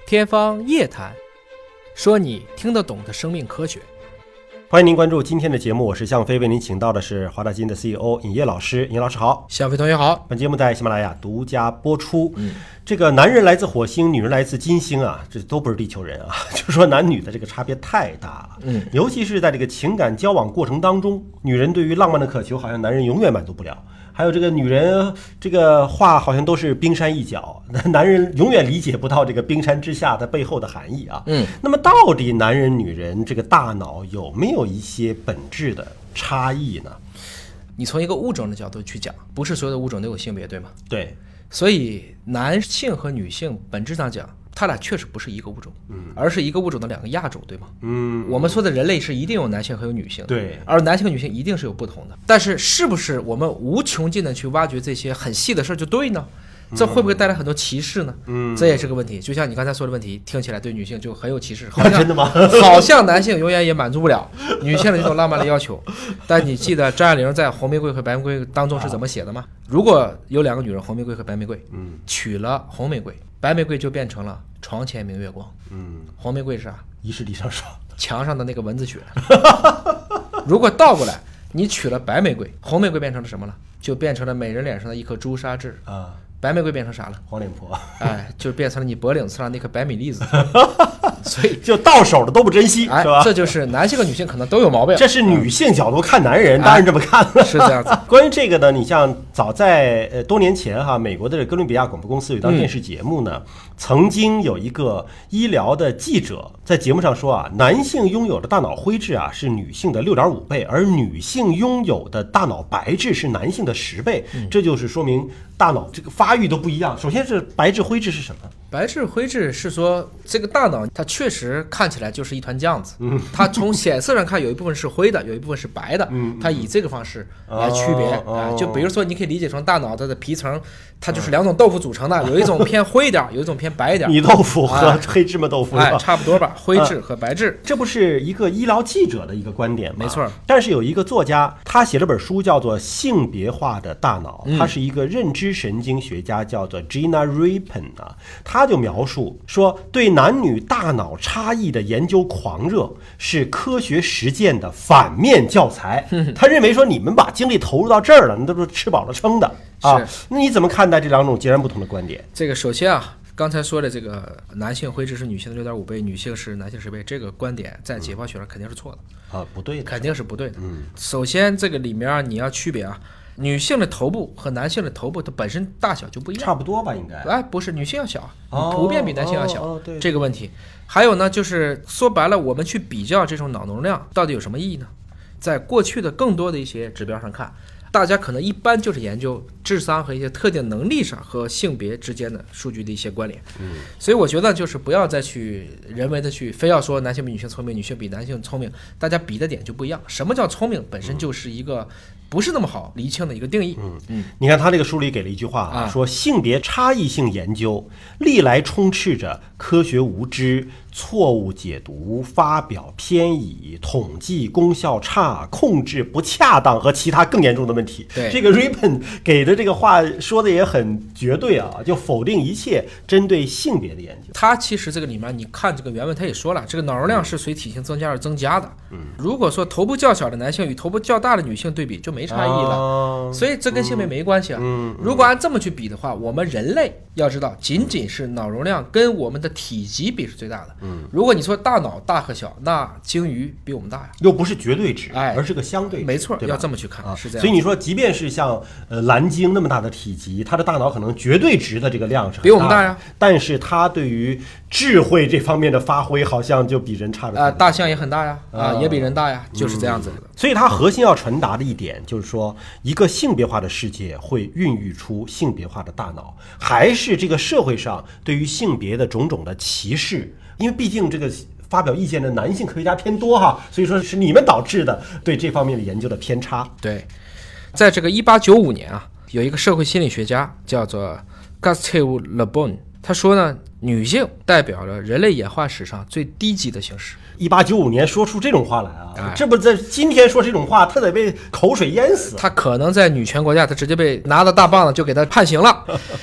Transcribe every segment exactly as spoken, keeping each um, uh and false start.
天方夜谭，说你听得懂的生命科学。 欢迎您关注今天的节目，我是向飞，为您请到的是华大基因的 C E O 尹烨老师。尹老师好。 向飞同学好。 本节目在喜马拉雅独家播出。 嗯， 这个男人来自火星，女人来自金星啊，这都不是地球人啊，就是说男女的这个差别太大了。 嗯， 尤其是在这个情感交往过程当中，女人对于浪漫的渴求，好像男人永远满足不了。还有这个女人这个话好像都是冰山一角，男人永远理解不到这个冰山之下的背后的含义啊。 嗯， 那么到底男人女人这个大脑有没有一些本质的差异呢？ 你从一个物种的角度去讲，不是所有的物种都有性别，对吗？ 对， 所以男性和女性本质上讲，它俩确实不是一个物种， 嗯， 而是一个物种的两个亚种，对吗？ 嗯， 我们说的人类是一定有男性和有女性， 对， 而男性和女性一定是有不同的。但是是不是我们无穷尽的去挖掘这些很细的事儿就对呢？这会不会带来很多歧视呢？嗯，这也是个问题。就像你刚才说的问题，听起来对女性就很有歧视，好像真的吗？ 好像男性永远也满足不了女性的这种浪漫的要求。但你记得张爱玲在《红玫瑰和白玫瑰》当中是怎么写的吗？如果有两个女人，红玫瑰和白玫瑰，嗯，娶了红玫瑰，白玫瑰就变成了床前明月光，嗯，红玫瑰是啥？ 疑是地上霜， 墙上的那个蚊子血。如果倒过来，你娶了白玫瑰，红玫瑰变成了什么了？就变成了美人脸上的一颗朱砂痣啊。白玫瑰变成啥了？ 黄脸婆。 哎，就变成了你脖领子上那颗白米粒子。所以就到手的都不珍惜， 哎， 是吧？ 这就是男性和女性可能都有毛病。 这是女性角度看男人，嗯、当然这么看了、 哎，是这样子。 关于这个呢，你像早在呃多年前哈，美国的哥伦比亚广播公司有一档电视节目呢，嗯、曾经有一个医疗的记者在节目上说啊，男性拥有的大脑灰质啊是女性的六点五倍，而女性拥有的大脑白质是男性的十倍，嗯、这就是说明大脑这个发育都不一样。首先是白质灰质是什么？ 白质灰质是说这个大脑它确实看起来就是一团浆子，嗯，它从显色上看有一部分是灰的，有一部分是白的，嗯，它以这个方式来区别啊、哦呃。就比如说你可以理解成大脑它的皮层，它就是两种豆腐组成的，有一种偏灰一点，有一种偏白一点。 米豆腐和黑芝麻豆腐， 哎，差不多吧，灰质和白质、 嗯。这不是一个医疗记者的一个观点吗？ 没错。 但是有一个作家，他写了本书叫做《性别化的大脑》，他是一个认知神经学家，叫做 Gina Rippon 啊，他就描述说，对男女大脑差异的研究狂热是科学实践的反面教材。他认为说，你们把精力投入到这儿了，你都是吃饱了撑的啊。那你怎么看待这两种截然不同的观点？ 这个首先啊，刚才说的这个男性灰质是女性的六点五倍，女性是男性十倍，这个观点在解剖学上肯定是错的啊，不对的， 肯定是不对的。嗯，首先这个里面你要区别啊。女性的头部和男性的头部它本身大小就不一样， 差不多吧，应该。 哎，不是，女性要小，哦、普遍比男性要小， 哦哦、对， 这个问题。还有呢，就是说白了，我们去比较这种脑容量到底有什么意义呢？在过去的更多的一些指标上看，大家可能一般就是研究智商和一些特定能力上和性别之间的数据的一些关联。嗯，所以我觉得就是不要再去人为的去非要说男性比女性聪明，女性比男性聪明，大家比的点就不一样。什么叫聪明？本身就是一个不是那么好厘清的一个定义。 嗯嗯，你看他这个书里给了一句话啊，说性别差异性研究历来充斥着科学无知、错误解读、发表偏倚、统计功效差、控制不恰当和其他更严重的问题。 对， 这个 Rippon 给的这个话说的也很绝对啊，就否定一切针对性别的研究。 他其实这个里面你看这个原文他也说了，这个脑容量是随体型增加而增加的。嗯，如果说头部较小的男性与头部较大的女性对比就没差异了，哦、所以这跟性别没关系啊。嗯嗯、如果按这么去比的话，我们人类要知道，仅仅是脑容量跟我们的体积比是最大的。嗯，如果你说大脑大和小，那鲸鱼比我们大呀， 又不是绝对值， 哎， 而是个相对值， 没错，要这么去看， 啊、 是这样。 所以你说，即便是像呃蓝鲸那么大的体积，它的大脑可能绝对值的这个量是很大比我们大呀， 但是它对于智慧这方面的发挥，好像就比人差的。 啊、呃，大象也很大呀，啊、呃，也比人大呀，就是这样子的。 嗯、所以它核心要传达的一点就是说，一个性别化的世界会孕育出性别化的大脑，还是这个社会上对于性别的种种的歧视？因为毕竟这个发表意见的男性科学家偏多哈，所以说是你们导致的对这方面的研究的偏差。 对，在这个一八九五年啊，有一个社会心理学家叫做 Gustave Le Bon， 他说呢，女性代表了人类演化史上最低级的形式。 一八九五年说出这种话来啊，哎、这不在今天说这种话，他得被口水淹死。 他可能在女权国家，他直接被拿着大棒子就给他判刑了。他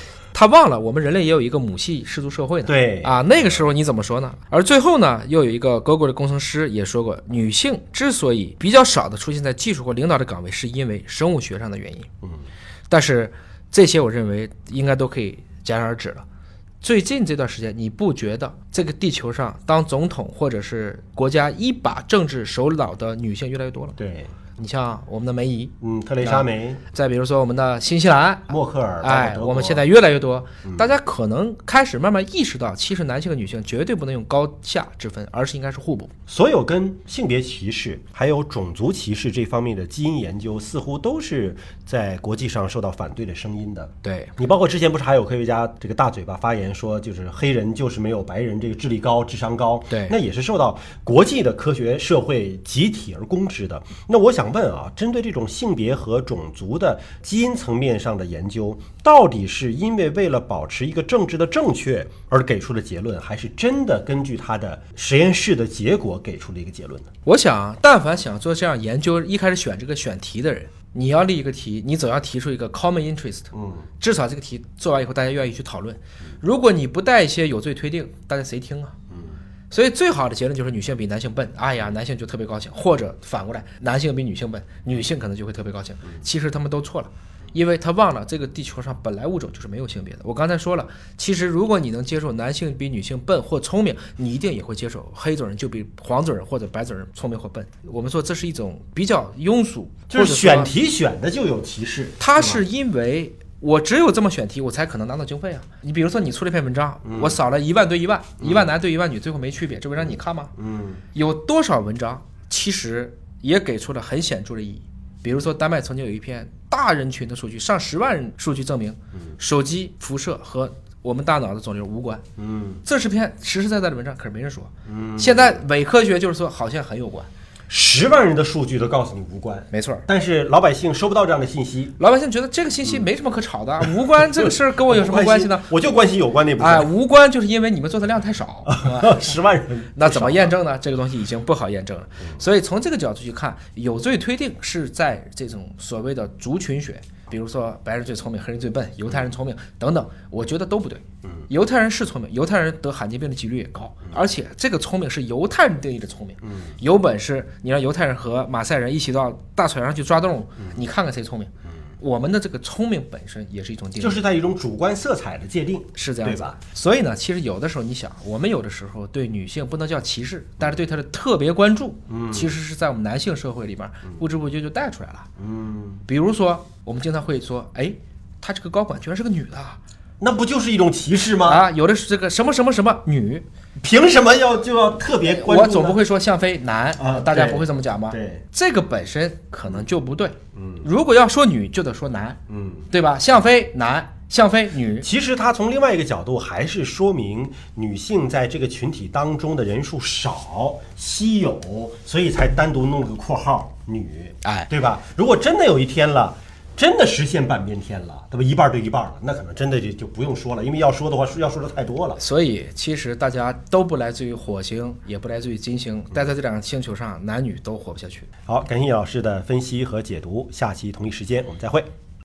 他忘了我们人类也有一个母系氏族社会呢。 对啊，那个时候你怎么说呢？而最后呢，又有一个德国的工程师也说过，女性之所以比较少的出现在技术或领导的岗位，是因为生物学上的原因。 嗯， 但是这些我认为应该都可以戛然而止了。最近这段时间，你不觉得这个地球上当总统或者是国家一把政治首脑的女性越来越多了？ 对， 你像我们的梅姨， 嗯，特蕾莎梅， 再比如说我们的新西兰默克尔， 哎，我们现在越来越多，大家可能开始慢慢意识到，其实男性和女性绝对不能用高下之分，而是应该是互补。 所有跟性别歧视还有种族歧视这方面的基因研究，似乎都是在国际上受到反对的声音的。 对， 你包括之前不是还有科学家这个大嘴巴发言说，就是黑人就是没有白人这个智力高、智商高， 对， 那也是受到国际的科学社会集体而公知的。那我想问啊，针对这种性别和种族的基因层面上的研究，到底是因为为了保持一个政治的正确而给出的结论，还是真的根据他的实验室的结果给出的一个结论呢？ 我想，但凡想做这样研究，一开始选这个选题的人，你要立一个题，你总要提出一个 common interest， 嗯，至少这个题做完以后，大家愿意去讨论。如果你不带一些有罪推定，大家谁听啊？嗯，所以最好的结论就是女性比男性笨，哎呀，男性就特别高兴，或者反过来，男性比女性笨，女性可能就会特别高兴。其实他们都错了。因为他忘了这个地球上本来物种就是没有性别的。我刚才说了，其实如果你能接受男性比女性笨或聪明，你一定也会接受黑种人就比黄种人或者白种人聪明或笨。我们说这是一种比较庸俗， 就是选题选的就有歧视。 它是因为我只有这么选题，我才可能拿到经费啊。你比如说你出了一篇文章，嗯、我扫了一万对一万，一万男对一万女，最后没区别，这文章你看吗？嗯，有多少文章其实也给出了很显著的意义。比如说丹麦曾经有一篇大人群的数据，上十万人数据证明手机辐射和我们大脑的肿瘤无关。嗯，这是篇实实在在的文章，可是没人说。嗯，现在伪科学就是说好像很有关， 十万人的数据都告诉你无关， 没错。 但是老百姓收不到这样的信息， 老百姓觉得这个信息没什么可吵的，嗯、无关这个事儿跟我有什么关系呢？ 我就关心有关那部分。 哎，无关就是因为你们做的量太少， 十万人， 那怎么验证呢？这个东西已经不好验证了。所以从这个角度去看，有罪推定是在这种所谓的族群学。比如说白人最聪明，黑人最笨，犹太人聪明等等，我觉得都不对。犹太人是聪明，犹太人得罕见病的几率也高，而且这个聪明是犹太人定义的聪明。有本事你让犹太人和马赛人一起到大草原上去抓动物，你看看谁聪明。我们的这个聪明本身也是一种定义， 就是在一种主观色彩的界定， 是这样子， 对吧？ 所以呢，其实有的时候你想，我们有的时候对女性不能叫歧视，但是对她的特别关注，嗯，其实是在我们男性社会里边不知不觉就带出来了。嗯，比如说我们经常会说，哎，她这个高管居然是个女的， 那不就是一种歧视吗？ 啊，有的是这个什么什么什么女， 凭什么要就要特别关注呢？ 我总不会说向飞男啊， 大家不会这么讲吧？ 对， 这个本身可能就不对。嗯，如果要说女，就得说男， 嗯， 对吧？向飞男，向飞女。 其实它从另外一个角度，还是说明女性在这个群体当中的人数少、稀有，所以才单独弄了个括号女， 哎， 对吧？如果真的有一天了。真的实现半边天了，对吧？一半对一半了，那可能真的就就不用说了，因为要说的话，要说的太多了。 所以其实大家都不来自于火星，也不来自于金星，待在这两个星球上，男女都活不下去。 好，感谢老师的分析和解读，下期同一时间我们再会。